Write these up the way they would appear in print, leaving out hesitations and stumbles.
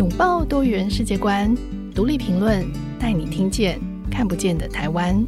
拥抱多元世界观，独立评论，带你听见看不见的台湾。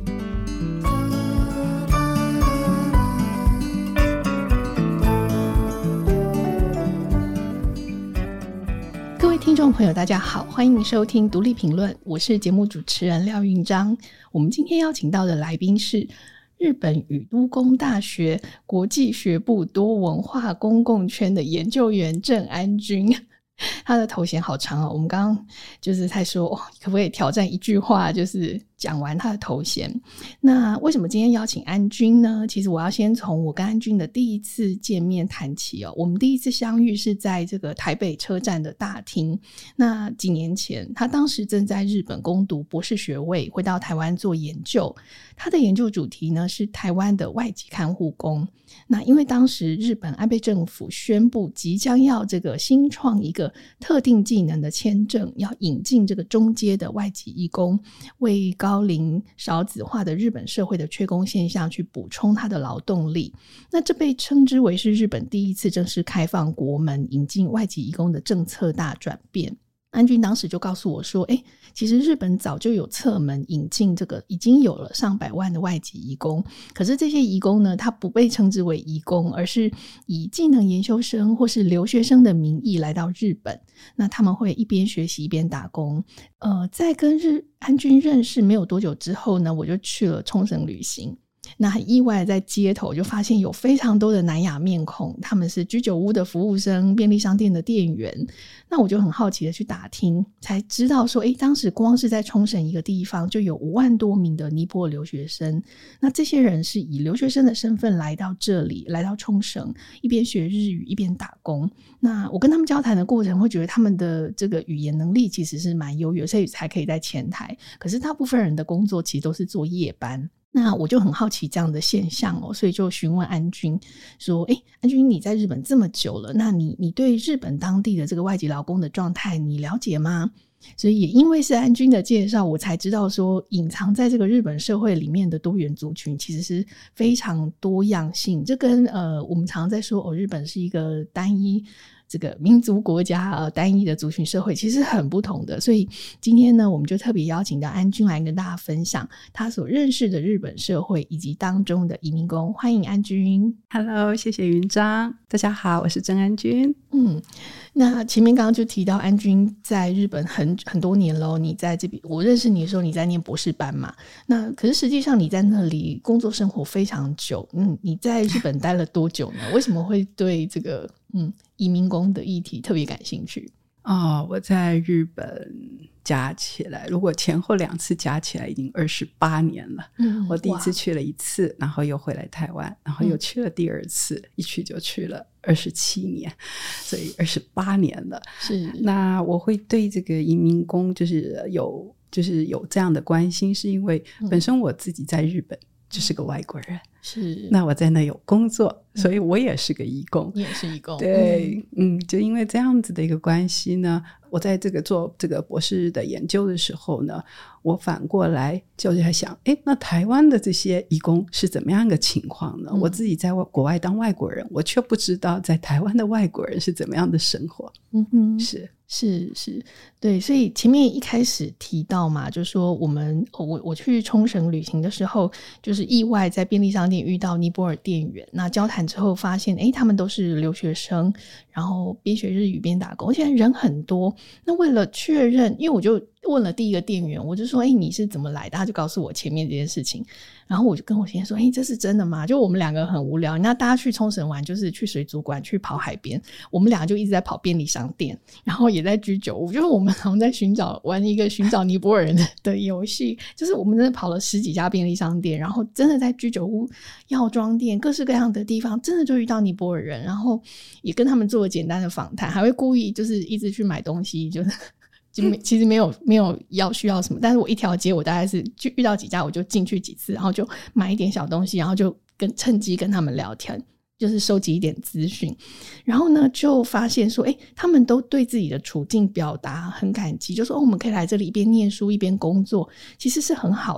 各位听众朋友大家好，欢迎收听独立评论，我是节目主持人廖云章。我们今天邀请到的来宾是日本宇都宫大学国际学部多文化公共圈的研究员郑安君。他的头衔好长哦，我们刚刚就是在说可不可以挑战一句话就是讲完他的头衔。那为什么今天邀请安君呢？其实我要先从我跟安君的第一次见面谈起哦。我们第一次相遇是在这个台北车站的大厅，那几年前他当时正在日本攻读博士学位，回到台湾做研究。他的研究主题呢是台湾的外籍看护工。那因为当时日本安倍政府宣布即将要这个新创一个特定技能的签证，要引进这个中阶的外籍移工，为高龄少子化的日本社会的缺工现象去补充它的劳动力。那这被称之为是日本第一次正式开放国门引进外籍移工的政策大转变。安君当时就告诉我说其实日本早就有侧门引进这个已经有了上百万的外籍移工，可是这些移工呢，他不被称之为移工，而是以技能研修生或是留学生的名义来到日本。那他们会一边学习一边打工。在跟安君认识没有多久之后呢，我就去了冲绳旅行。那很意外在街头就发现有非常多的南亚面孔，他们是居酒屋的服务生，便利商店的店员。那我就很好奇的去打听，才知道说当时光是在冲绳一个地方就有5万多名的尼泊尔留学生。那这些人是以留学生的身份来到这里，来到冲绳，一边学日语一边打工。那我跟他们交谈的过程会觉得他们的这个语言能力其实是蛮优越，所以才可以在前台。可是大部分人的工作其实都是做夜班。那我就很好奇这样的现象所以就询问安君说安君你在日本这么久了，那你对日本当地的这个外籍劳工的状态你了解吗？所以也因为是安君的介绍，我才知道说隐藏在这个日本社会里面的多元族群其实是非常多样性。这跟我们常常在说日本是一个单一这个民族国家单一的族群社会其实很不同的。所以今天呢，我们就特别邀请到安君来跟大家分享他所认识的日本社会以及当中的移民工。欢迎安君。 Hello， 谢谢云章。大家好，我是郑安君。 那前面刚刚就提到安君在日本很多年咯，你在这边我认识你的时候你在念博士班嘛，那可是实际上你在那里工作生活非常久。你在日本待了多久呢？为什么会对这个移民工的议题特别感兴趣？ 我在日本加起来，如果前后2次加起来已经28年了。我第一次去了1次，然后又回来台湾，然后又去了第2次，一去就去了27年，所以28年了。 是，那我会对这个移民工就是有这样的关心，是因为本身我自己在日本就是个外国人。 是， 那我在那有工作，所以我也是个移工。 你也是移工。 对，就因为这样子的一个关系呢，我在做这个博士的研究的时候呢，我反过来就在想那台湾的这些移工是怎么样一个情况呢？我自己在国外当外国人，我却不知道在台湾的外国人是怎么样的生活。是，对，所以前面一开始提到嘛，就说我去冲绳旅行的时候，就是意外在便利商店遇到尼泊尔店员，那交谈之后发现他们都是留学生，然后边学日语边打工，而且人很多。那为了确认，因为我就问了第一个店员，我就说你是怎么来的？他就告诉我前面这件事情，然后我就跟我先生说这是真的吗？就我们两个很无聊，那大家去冲绳玩就是去水族馆去跑海边，我们两个就一直在跑便利商店，然后也在居酒屋，就是我们好像在玩一个寻找尼泊尔人的游戏，就是我们真的跑了10几家便利商店，然后真的在居酒屋、药妆店各式各样的地方真的就遇到尼泊尔人，然后也跟他们做了简单的访谈，还会故意就是一直去买东西，就其实没有需要什么，但是我一条街我大概是就遇到几家我就进去几次，然后就买一点小东西，然后就趁机跟他们聊天，就是收集一点资讯。然后呢就发现说他们都对自己的处境表达很感激，就说我们可以来这里一边念书一边工作，其实是很好的。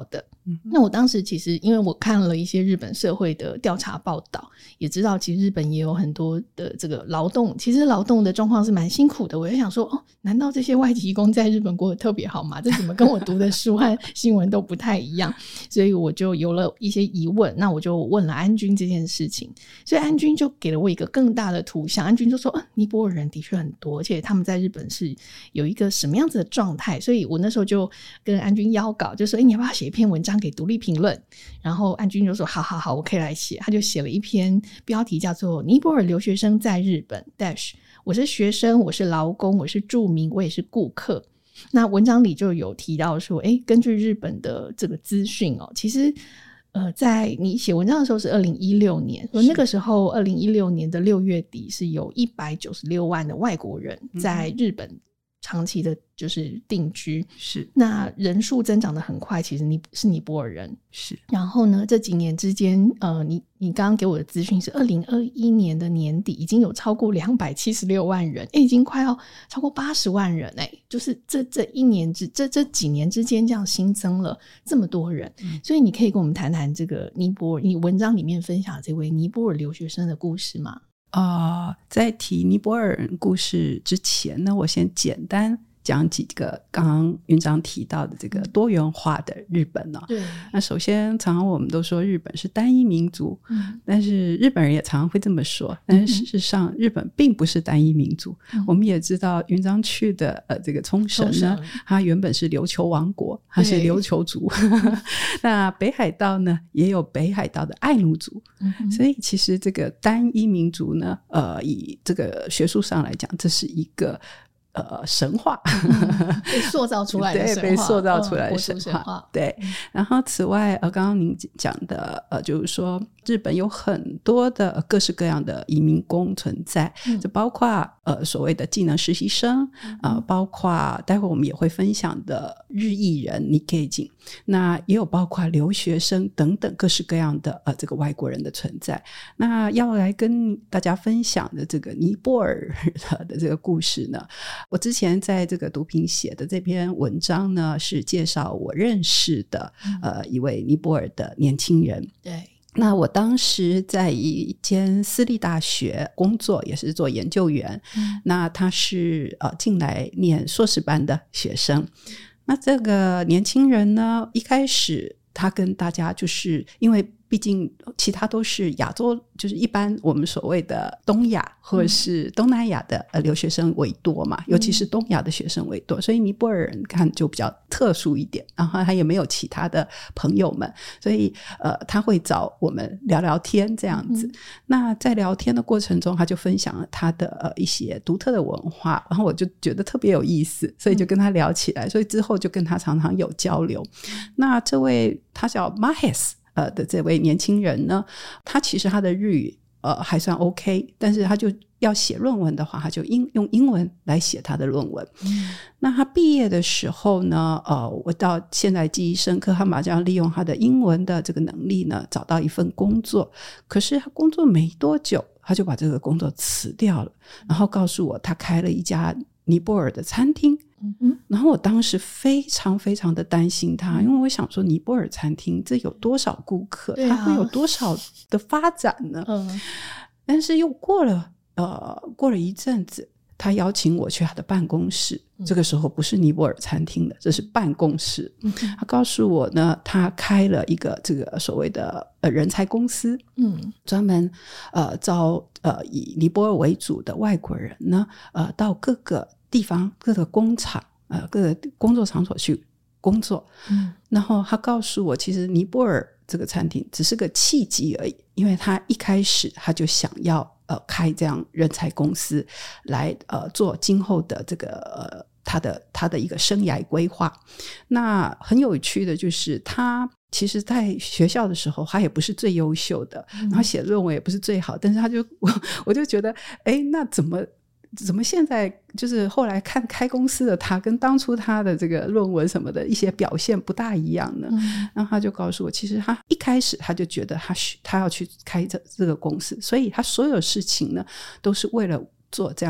那我当时其实因为我看了一些日本社会的调查报道，也知道其实日本也有很多的这个劳动，其实劳动的状况是蛮辛苦的。我就想说难道这些外籍移工在日本过得特别好吗？这怎么跟我读的书和新闻都不太一样？所以我就有了一些疑问，那我就问了安君这件事情。所以安君就给了我一个更大的图像，安君就说尼泊尔人的确很多，而且他们在日本是有一个什么样子的状态。所以我那时候就跟安君邀稿，就说你要不要写一篇文章给独立评论？然后安君就说好，我可以来写。他就写了一篇标题叫做尼泊尔留学生在日本 我是学生，我是劳工，我是住民，我也是顾客。那文章里就有提到说根据日本的这个资讯其实在你写文章的时候是2016年，那个时候2016年的6月底是有196万的外国人在日本长期的就是定居， 是那人数增长的很快，其实你是尼泊尔人是。 然后呢这几年之间你刚刚给我的资讯是2021年的年底已经有超过276万人已经快要超过80万人就是这一年这几年之间这样新增了这么多人所以你可以跟我们谈谈这个尼泊尔你文章里面分享这位尼泊尔留学生的故事吗？ 在提尼泊尔人故事之前呢，我先简单讲几个刚刚云章提到的这个多元化的日本对， 那首先常常我们都说日本是单一民族但是日本人也常常会这么说，但是事实上日本并不是单一民族我们也知道云章去的这个冲绳呢，它原本是琉球王国，它是琉球族那北海道呢也有北海道的爱奴族所以其实这个单一民族呢以这个学术上来讲，这是一个神话被塑造出来的神话对，被塑造出来的神话对。然后此外刚刚您讲的就是说日本有很多的各式各样的移民工存在就包括所谓的技能实习生包括待会我们也会分享的日裔人Nikkei人，那也有包括留学生等等各式各样的这个外国人的存在。那要来跟大家分享的这个尼泊尔的这个故事呢，我之前在这个读评写的这篇文章呢，是介绍我认识的一位尼泊尔的年轻人。 对， 那我当时在一间私立大学工作，也是做研究员那他是进来念硕士班的学生。那这个年轻人呢，一开始他跟大家就是因为毕竟其他都是亚洲，就是一般我们所谓的东亚或者是东南亚的留学生为多嘛尤其是东亚的学生为多，所以尼泊尔人看就比较特殊一点，然后他也没有其他的朋友们，所以他会找我们聊聊天这样子那在聊天的过程中，他就分享了他的一些独特的文化，然后我就觉得特别有意思，所以就跟他聊起来所以之后就跟他常常有交流那这位他叫 Mahes的这位年轻人呢，他其实他的日语还算 OK， 但是他就要写论文的话，他就用英文来写他的论文那他毕业的时候呢我到现在记忆深刻，他马上利用他的英文的这个能力呢，找到一份工作。可是他工作没多久，他就把这个工作辞掉了，然后告诉我他开了一家尼泊尔的餐厅然后我当时非常非常的担心他因为我想说尼泊尔餐厅这有多少顾客他会有多少的发展呢但是又过了一阵子，他邀请我去他的办公室这个时候不是尼泊尔餐厅的，这是办公室他告诉我呢，他开了一个这个所谓的人才公司专门招以尼泊尔为主的外国人呢到各个地方各个工厂各个工作场所去工作然后他告诉我其实尼泊尔这个餐厅只是个契机而已，因为他一开始他就想要开这样人才公司来做今后的这个他的一个生涯规划。那很有趣的就是他其实在学校的时候他也不是最优秀的然后写论文也不是最好但是我就觉得那怎么现在就是后来看开公司的他跟当初他的这个论文什么的一些表现不大一样呢然后他就告诉我其实他一开始他就觉得他要去开这个公司，所以他所有事情呢都是为了做这样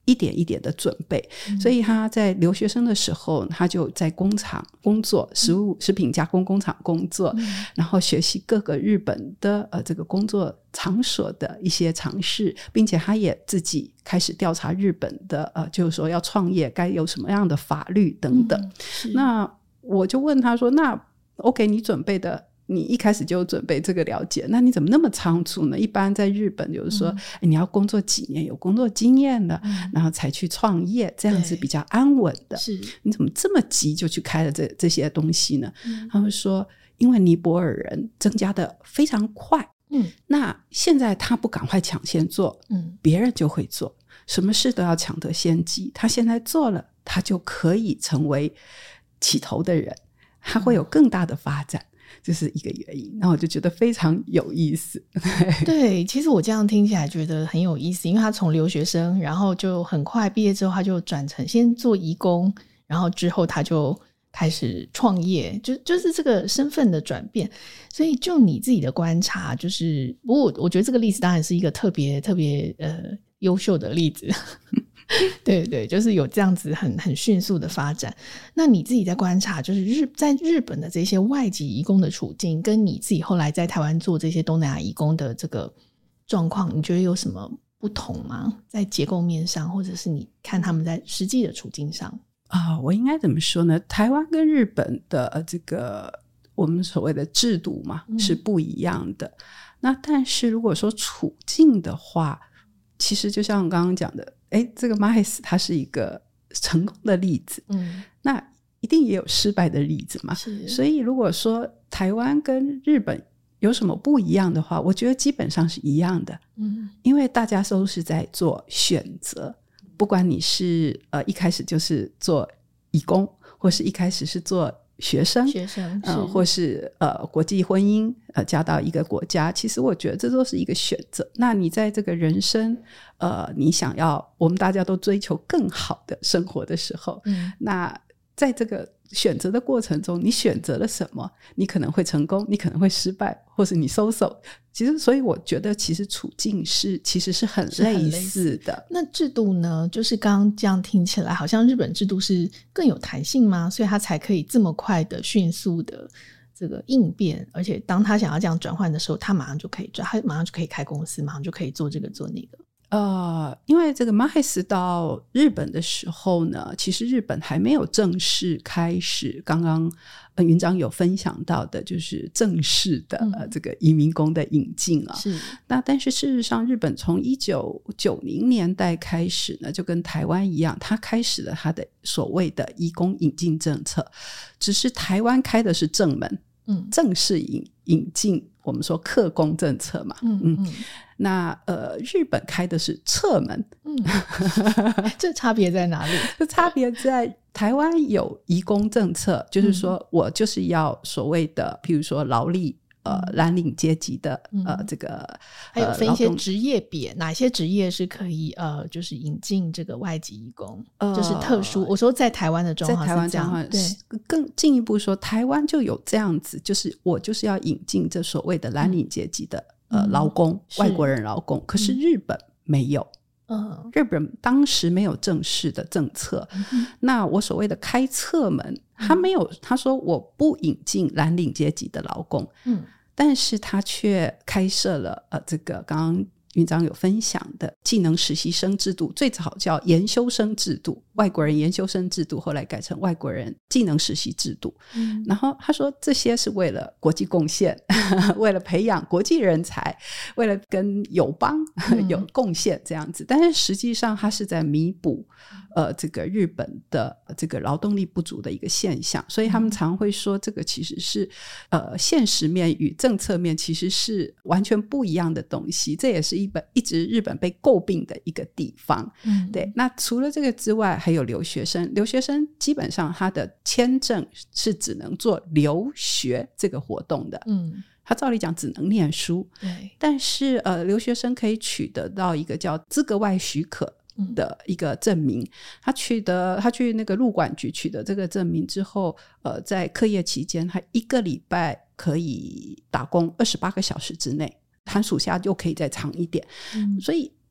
一点一点的准备，所以他在留学生的时候他就在工厂工作，食品加工工厂工作，然后学习各个日本的这个工作场所的一些常识，并且他也自己开始调查日本的就是说要创业该有什么样的法律等等。那我就问他说，那 OK 你准备的，你一开始就准备这个了解，那你怎么那么仓促呢？一般在日本就是说你要工作几年有工作经验了然后才去创业，这样子比较安稳的，是你怎么这么急就去开了这些东西呢？他们说因为尼泊尔人增加的非常快，那现在他不赶快抢先做，别人就会做，什么事都要抢得先机，他现在做了他就可以成为起头的人，他会有更大的发展，这是一个原因。那我就觉得非常有意思。 对，其实我这样听起来觉得很有意思，因为他从留学生然后就很快毕业之后他就转成先做移工，然后之后他就开始创业，就是这个身份的转变。所以就你自己的观察，就是不过我觉得这个例子当然是一个特别优秀的例子对对，就是有这样子很迅速的发展。那你自己在观察就是在日本的这些外籍移工的处境，跟你自己后来在台湾做这些东南亚移工的这个状况，你觉得有什么不同吗？在结构面上，或者是你看他们在实际的处境上我应该怎么说呢？台湾跟日本的这个我们所谓的制度嘛是不一样的。那但是如果说处境的话，其实就像刚刚讲的，这个 Mahis 它是一个成功的例子，那一定也有失败的例子嘛。所以如果说台湾跟日本有什么不一样的话，我觉得基本上是一样的，因为大家都是在做选择，不管你是一开始就是做移工，或是一开始是做学生或是国际婚姻嫁到一个国家，其实我觉得这都是一个选择。那你在这个人生你想要我们大家都追求更好的生活的时候，那在这个选择的过程中，你选择了什么，你可能会成功，你可能会失败，或是你收手。其实所以我觉得其实处境其实是很类似的。 那制度呢，就是刚刚这样听起来好像日本制度是更有弹性吗？所以他才可以这么快的迅速的这个应变，而且当他想要这样转换的时候，他马上就可以开公司，马上就可以做这个做那个。 因为这个 Mahis 到日本的时候呢，其实日本还没有正式开始刚刚云章有分享到的就是正式的这个移民工的引进啊。 是。 那但是事实上日本从1990年代开始呢，就跟台湾一样，它开始了它的所谓的移工引进政策，只是台湾开的是正门，正式引进我们说客工政策嘛。那日本开的是侧门。 这差别在哪里？ 这差别在台湾有移工政策，就是说我就是要所谓的譬如说劳力蓝领阶级的这个还有分一些职业别，哪些职业是可以就是引进这个外籍移工，就是特殊。我说在台湾的状况是这样，对， 更进一步说，台湾就有这样子，就是我就是要引进这所谓的蓝领阶级的劳工，外国人劳工，可是日本没有。日本当时没有正式的政策，那我所谓的开侧门，他没有，他说我不引进蓝领阶级的劳工，但是他却开设了这个刚刚云章有分享的技能实习生制度，最早叫研修生制度，外国人研修生制度后来改成外国人技能实习制度。然后他说这些是为了国际贡献为了培养国际人才，为了跟友邦有贡献这样子，但是实际上他是在弥补这个日本的这个劳动力不足的一个现象，所以他们常会说这个其实是现实面与政策面其实是完全不一样的东西，这也是一直日本被诟病的一个地方。对，那除了这个之外还有留学生基本上他的签证是只能做留学这个活动的，他照理讲只能念书， 对， 但是留学生可以取得到一个叫资格外许可的一个证明，他去那个入管局取得这个证明之后，在课业期间他一个礼拜可以打工28个小时之内，寒暑假就可以再长一点，所以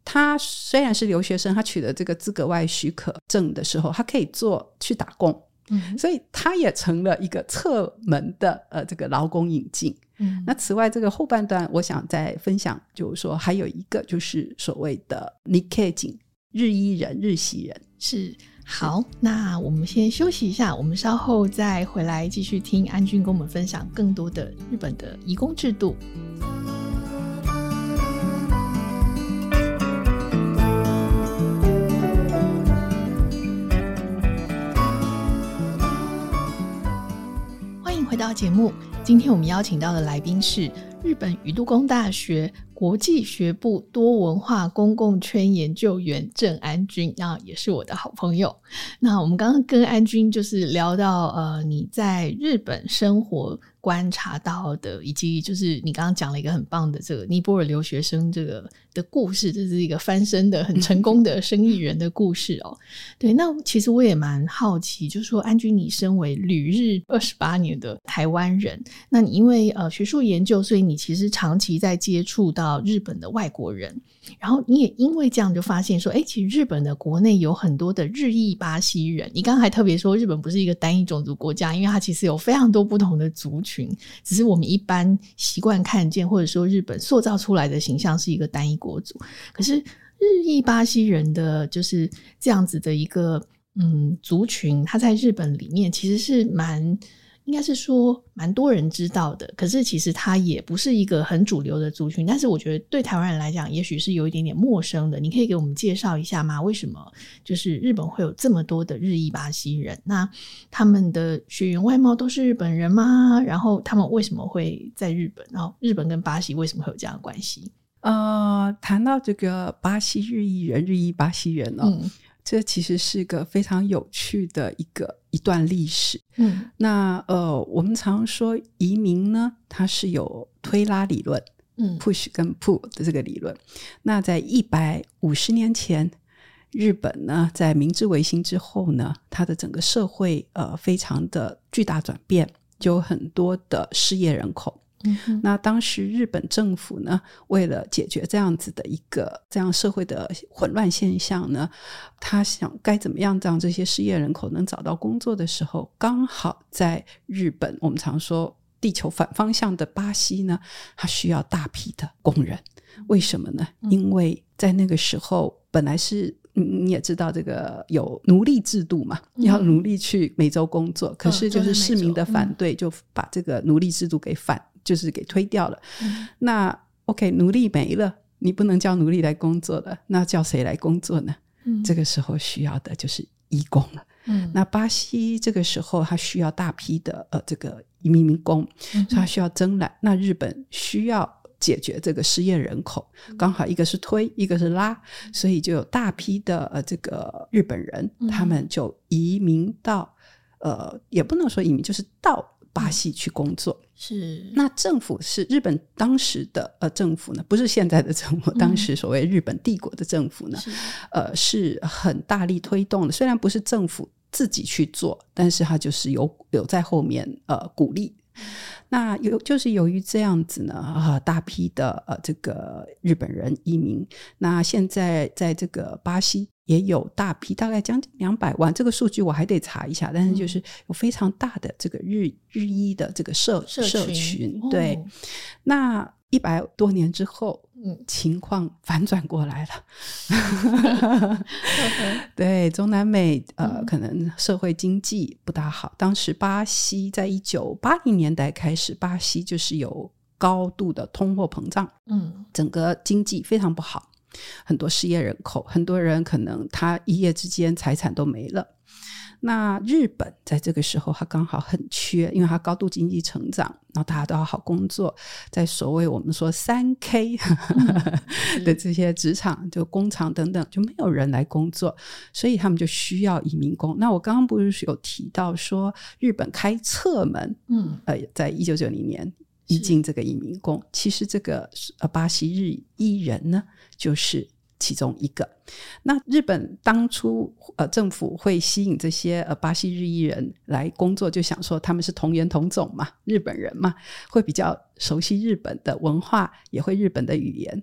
他虽然是留学生，他取得这个资格外许可证的时候，他可以去打工，所以他也成了一个侧门的这个劳工引进。那此外这个后半段我想再分享，就是说还有一个就是所谓的 Nikkei 日裔人日系人。 是，好，那我们先休息一下，我们稍后再回来继续听安君跟我们分享更多的日本的移工制度。回到节目，今天我们邀请到的来宾是日本宇都宫大学国际学部多文化公共圈研究员郑安君，那也是我的好朋友。那我们刚刚跟安君就是聊到你在日本生活观察到的，以及就是你刚刚讲了一个很棒的这个尼泊尔留学生这个的故事，这是一个翻身的很成功的生意人的故事哦。对，那其实我也蛮好奇，就是说安君你身为旅日28年的台湾人，那你因为学术研究，所以你其实长期在接触到日本的外国人，然后你也因为这样就发现说，其实日本的国内有很多的日裔巴西人。你刚刚还特别说日本不是一个单一种族国家，因为它其实有非常多不同的族群，只是我们一般习惯看见，或者说日本塑造出来的形象是一个单一国族。可是日裔巴西人的就是这样子的一个族群，它在日本里面其实是应该是说蛮多人知道的，可是其实它也不是一个很主流的族群，但是我觉得对台湾人来讲也许是有一点点陌生的。你可以给我们介绍一下吗？为什么就是日本会有这么多的日裔巴西人？那他们的血缘外貌都是日本人吗？然后他们为什么会在日本？然后日本跟巴西为什么会有这样的关系？ 谈到这个巴西日裔人日裔巴西人这其实是个非常有趣的一段历史。那我们常说移民呢，它是有推拉理论push 跟 pull 的这个理论。那在150年前，日本呢在明治维新之后呢，它的整个社会非常的巨大转变，就有很多的失业人口。那当时日本政府呢，为了解决这样子的这样社会的混乱现象呢，他想该怎么样让这些失业人口能找到工作的时候，刚好在日本我们常说地球反方向的巴西呢，它需要大批的工人。为什么呢？因为在那个时候本来是你也知道这个有奴隶制度嘛，要奴隶去美洲工作，可是就是市民的反对，就把这个奴隶制度给推掉了。那 OK 奴隶没了，你不能叫奴隶来工作了，那叫谁来工作呢？这个时候需要的就是移工了。那巴西这个时候他需要大批的这个移民工，所以他需要征揽。那日本需要解决这个失业人口，刚好一个是推一个是拉，所以就有大批的这个日本人，他们就移民到也不能说移民，就是到巴西去工作。 是， 那政府是日本当时的政府呢，不是现在的政府，当时所谓日本帝国的政府呢，是很大力推动的。虽然不是政府自己去做，但是它就是有在后面鼓励。那就是由于这样子呢，大批的这个日本人移民。那现在在这个巴西也有大批，大概将近200万，这个数据我还得查一下，但是就是有非常大的这个日裔的这个社群。对，那100多年之后情况反转过来了。对，中南美可能社会经济不大好，当时巴西在1980年代开始，巴西就是有高度的通货膨胀，整个经济非常不好，很多失业人口，很多人可能他一夜之间财产都没了。那日本在这个时候他刚好很缺，因为他高度经济成长，然后大家都要好工作，在所谓我们说 3K 的这些职场就工厂等等就没有人来工作，所以他们就需要移民工。那我刚刚不是有提到说日本开侧门在1990年引进这个移民工，其实这个巴西日裔人呢就是其中一个。那日本当初政府会吸引这些巴西日裔人来工作，就想说他们是同源同种嘛，日本人嘛，会比较熟悉日本的文化，也会日本的语言。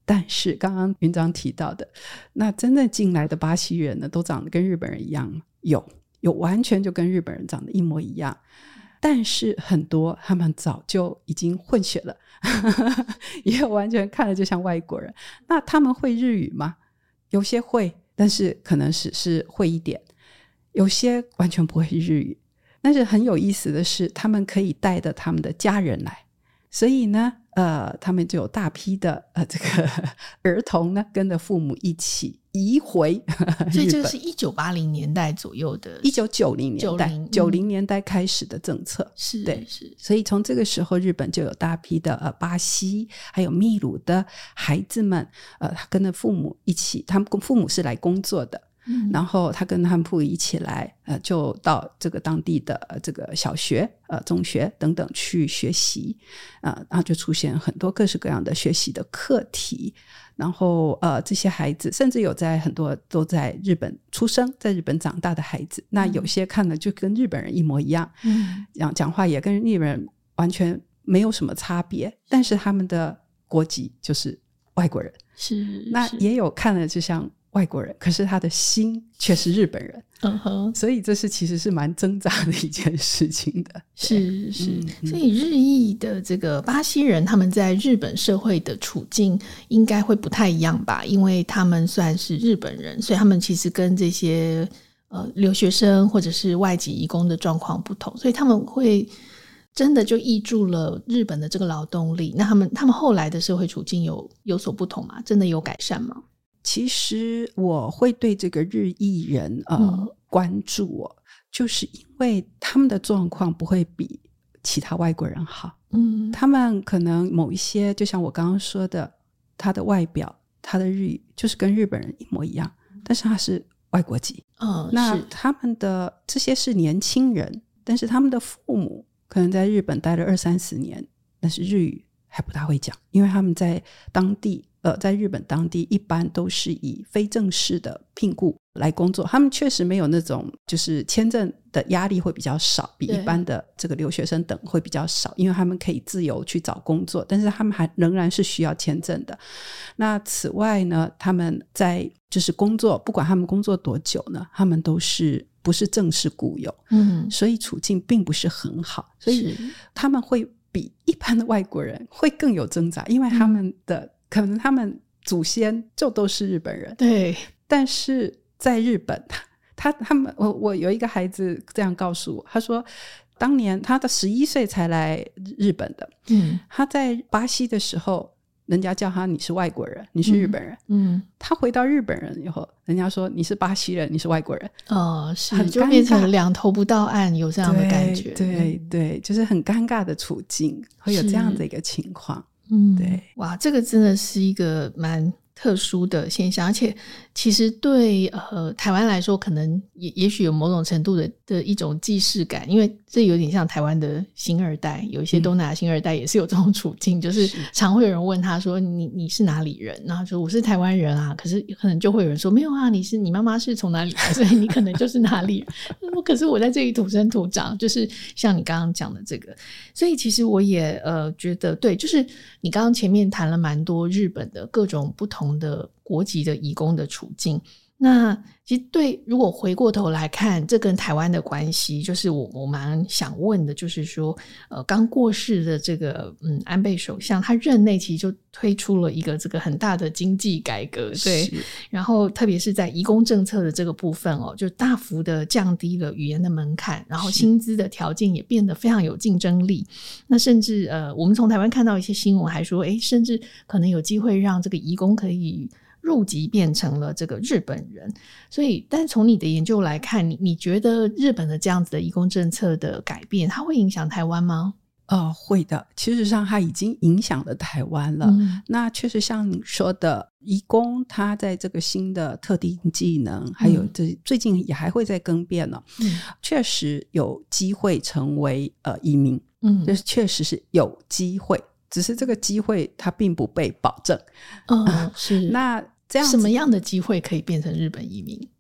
但是刚刚云长提到的，那真正进来的巴西人呢，都长得跟日本人一样吗？有完全就跟日本人长得一模一样，但是很多他们早就已经混血了也有完全看了就像外国人。那他们会日语吗？有些会，但是可能只是会一点，有些完全不会日语。但是很有意思的是，他们可以带着他们的家人来，所以呢他们就有大批的这个儿童呢跟着父母一起移回所以这个是1980年代左右的 1990年代90年代开始的政策。 是， 对， 是。 所以从这个时候日本就有大批的巴西还有秘鲁的孩子们跟着父母一起，他们父母是来工作的，然后他跟他们父母一起来就到这个当地的这个小学中学等等去学习然后就出现很多各式各样的学习的课题。然后这些孩子甚至有在很多都在日本出生在日本长大的孩子，那有些看了就跟日本人一模一样，讲话也跟日本人完全没有什么差别，但是他们的国籍就是外国人。 是， 那也有看了就像外国人，可是他的心却是日本人。所以这是其实是蛮挣扎的一件事情的。 是，所以日裔的这个巴西人他们在日本社会的处境应该会不太一样吧，因为他们算是日本人，所以他们其实跟这些留学生或者是外籍移工的状况不同，所以他们会真的就挹注了日本的这个劳动力。那他们后来的社会处境有所不同吗？真的有改善吗？ 其实我会对这个日裔人关注就是因为他们的状况不会比其他外国人好。他们可能某一些就像我刚刚说的，他的外表他的日语就是跟日本人一模一样，但是他是外国籍。那他们的这些是年轻人，但是他们的父母可能在日本待了20-30年，但是日语还不大会讲，因为他们在当地在日本当地一般都是以非正式的聘雇来工作，他们确实没有那种就是签证的压力会比较少，比一般的这个留学生等会比较少，因为他们可以自由去找工作，但是他们还仍然是需要签证的。那此外呢，他们在就是工作，不管他们工作多久呢，他们都是不是正式雇佣，所以处境并不是很好，所以他们会比一般的外国人会更有挣扎，因为他们的可能他们祖先就都是日本人。对，但是在日本他们我有一个孩子这样告诉我，他说当年他的11岁才来日本的，他在巴西的时候人家叫他你是外国人，你是日本人，他回到日本人以后，人家说你是巴西人，你是外国人。是就变成两头不到岸，有这样的感觉。 对，就是很尴尬的处境，会有这样的一个情况。对， 哇，这个真的是一个蛮特殊的现象，而且其实对台湾来说可能也许有某种程度的一种既视感，因为这有点像台湾的新二代，有一些东南亚新二代也是有这种处境，就是常会有人问他说你是哪里人，然后说我是台湾人啊，可是可能就会有人说没有啊，你妈妈是从哪里来，所以你可能就是哪里人可是我在这里土生土长，就是像你刚刚讲的这个。所以其实我也觉得对，就是你刚刚前面谈了蛮多日本的各种不同的国籍的移工的处境，那其实对，如果回过头来看这跟台湾的关系，就是我蛮想问的，就是说刚过世的这个安倍首相，他任内其实就推出了一个这个很大的经济改革，对，然后特别是在移工政策的这个部分就大幅的降低了语言的门槛，然后薪资的条件也变得非常有竞争力。那甚至我们从台湾看到一些新闻还说甚至可能有机会让这个移工可以入籍变成了这个日本人。所以但从你的研究来看，你觉得日本的这样子的移工政策的改变它会影响台湾吗？ 会的，其实上它已经影响了台湾了。那确实像你说的，移工他在这个新的特定技能还有最近也还会再更变了，确实有机会成为移民，就是确实是有机会，只是这个机会它并不被保证。 是那这样什么样的机会可以变成日本移民？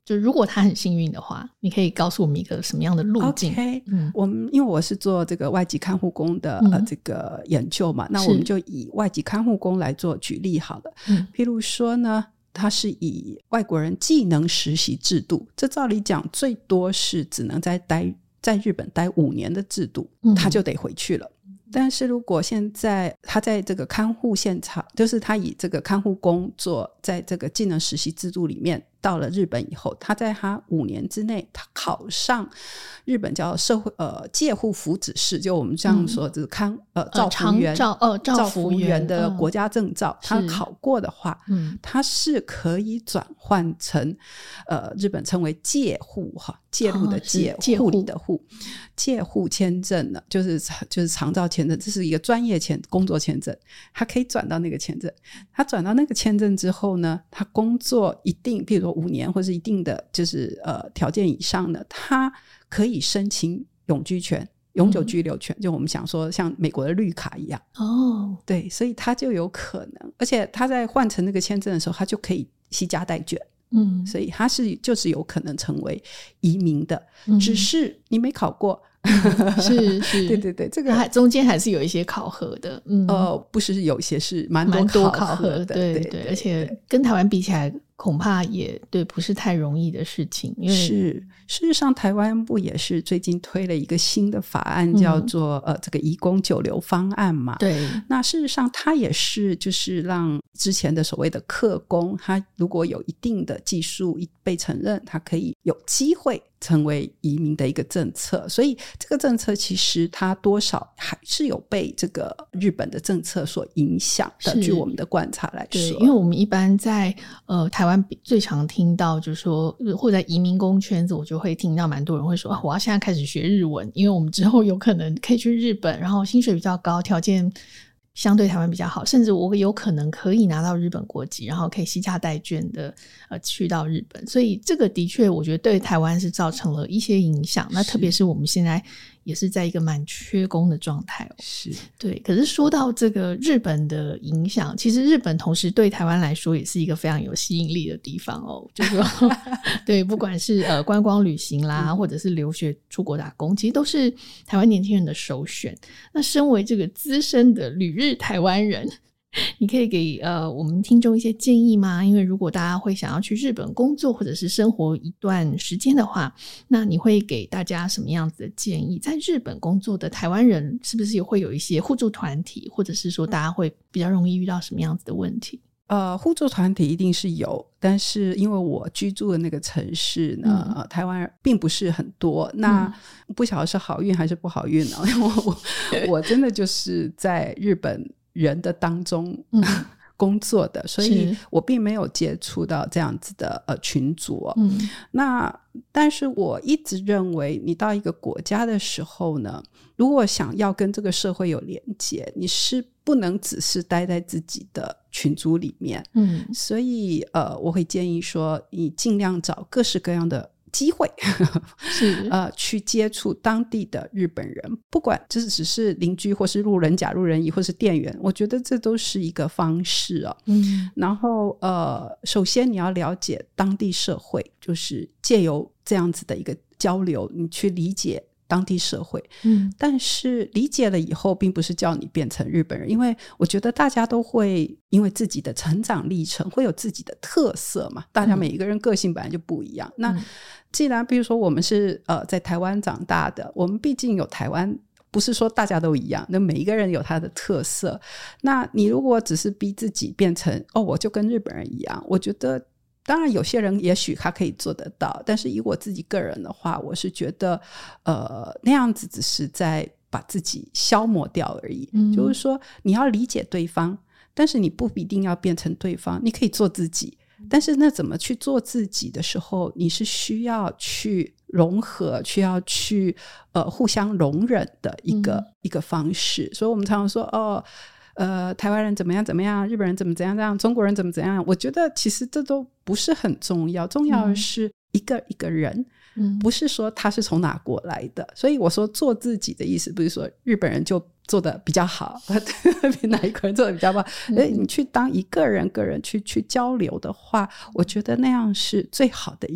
就如果他很幸运的话，你可以告诉我们一个什么样的路径？ OK，因为我是做这个外籍看护工的这个研究嘛，那我们就以外籍看护工来做举例好了。譬如说呢，它是以外国人技能实习制度，这照理讲最多是只能在日本待5年的制度，他就得回去了。但是如果现在他在这个看护现场，就是他以这个看护工作在这个技能实习制度里面到了日本以后，他在他5年之内他考上日本叫社会介护福祉士，就我们这样说就是照服员的国家证照，他考过的话，他是可以转换成日本称为介护介入的介，护理的护，介护签证呢，就是长照签证，这是一个专业工作签证，他可以转到那个签证。他转到那个签证之后呢，他工作一定，比如说5年或是一定的就是条件以上呢，他可以申请永居权、永久居留权，就我们想说像美国的绿卡一样。对，所以他就有可能，而且他在换成那个签证的时候，他就可以携家带眷。所以他就是有可能成为移民的，只是你没考过。 是对对对，这个中间还是有一些考核的。 不是有一些是蛮多考核的，对对，而且跟台湾比起来恐怕也对不是太容易的事情。因为事实上台湾不也是最近推了一个新的法案，叫做这个移工久留方案嘛。 对， 那事实上它也是就是让之前的所谓的客工，他如果有一定的技术被承认，他可以有机会成为移民的一个政策。所以这个政策其实它多少还是有被这个日本的政策所影响的，据我们的观察来说。 对，因为我们一般在台湾最常听到就是说，或者在移民工圈子，我就会听到蛮多人会说我要现在开始学日文，因为我们之后有可能可以去日本，然后薪水比较高，条件相对台湾比较好，甚至我有可能可以拿到日本国籍，然后可以携家带眷的去到日本。所以这个的确我觉得对台湾是造成了一些影响，那特别是我们现在也是在一个蛮缺工的状态。 是，对。 可是说到这个日本的影响，其实日本同时对台湾来说也是一个非常有吸引力的地方哦。就是说对，不管是观光旅行啦，或者是留学出国打工，其实都是台湾年轻人的首选。那身为这个资深的旅日台湾人，你可以给我们听众一些建议吗？因为如果大家会想要去日本工作或者是生活一段时间的话，那你会给大家什么样子的建议？在日本工作的台湾人是不是也会有一些互助团体，或者是说大家会比较容易遇到什么样子的问题？ 互助团体一定是有，但是因为我居住的那个城市呢，台湾人并不是很多，那不晓得是好运还是不好运呢？因为我真的就是在日本人的当中工作的，所以我并没有接触到这样子的群组那但是我一直认为你到一个国家的时候呢，如果想要跟这个社会有连结，你是不能只是待在自己的群组里面。所以我会建议说你尽量找各式各样的机会是去接触当地的日本人，不管这只是邻居或是路人甲、路人乙或是店员，我觉得这都是一个方式然后首先你要了解当地社会，就是借由这样子的一个交流，你去理解当地社会但是理解了以后并不是叫你变成日本人，因为我觉得大家都会因为自己的成长历程会有自己的特色嘛，大家每一个人个性本来就不一样那既然比如说我们是在台湾长大的，我们毕竟有台湾，不是说大家都一样，那每一个人有他的特色，那你如果只是逼自己变成我就跟日本人一样，我觉得当然有些人也许他可以做得到，但是以我自己个人的话，我是觉得那样子只是在把自己消磨掉而已就是说你要理解对方，但是你不一定要变成对方，你可以做自己，但是那怎么去做自己的时候，你是需要去融合，需要去互相容忍的一个方式所以我们常常说台湾人怎么样怎么样，日本人怎么怎样怎样，中国人怎么怎样，我觉得其实这都不是很重要，重要的是一个人不是说他是从哪过来的所以我说做自己的意思不是说日本人就做得比较好比哪一个人做得比较好你去当一个人去交流的话，我觉得那样是最好的一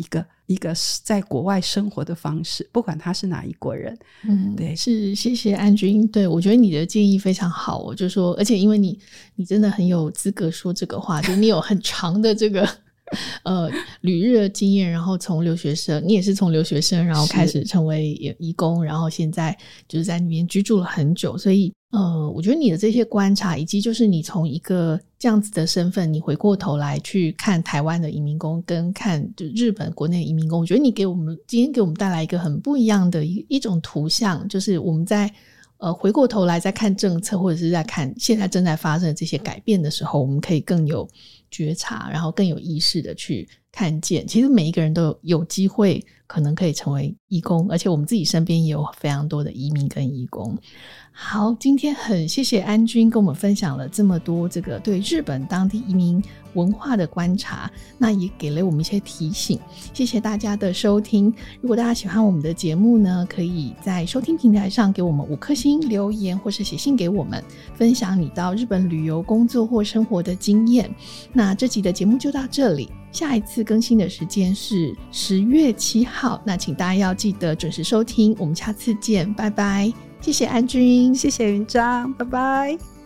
一个在国外生活的方式，不管他是哪一国人。对， 是，谢谢安君。对，我觉得你的建议非常好，我就说，而且因为你真的很有资格说这个话，就是你有很长的这个旅日的经验，然后从留学生，你也是从留学生然后开始成为移工，然后现在就是在那边居住了很久，所以我觉得你的这些观察，以及就是你从一个这样子的身份，你回过头来去看台湾的移民工跟看就日本国内的移民工，我觉得你今天给我们带来一个很不一样的一种图像，就是我们在回过头来再看政策，或者是在看现在正在发生的这些改变的时候，我们可以更有觉察，然后更有意识的去看见，其实每一个人都有机会可能可以成为移工，而且我们自己身边也有非常多的移民跟移工。好，今天很谢谢安君跟我们分享了这么多这个对日本当地移民文化的观察，那也给了我们一些提醒。谢谢大家的收听，如果大家喜欢我们的节目呢，可以在收听平台上给我们5颗星留言，或是写信给我们，分享你到日本旅游工作或生活的经验。那这集的节目就到这里，下一次更新的时间是10月7号，那请大家要记得准时收听，我们下次见，拜拜。谢谢安君， 谢谢云章，拜拜。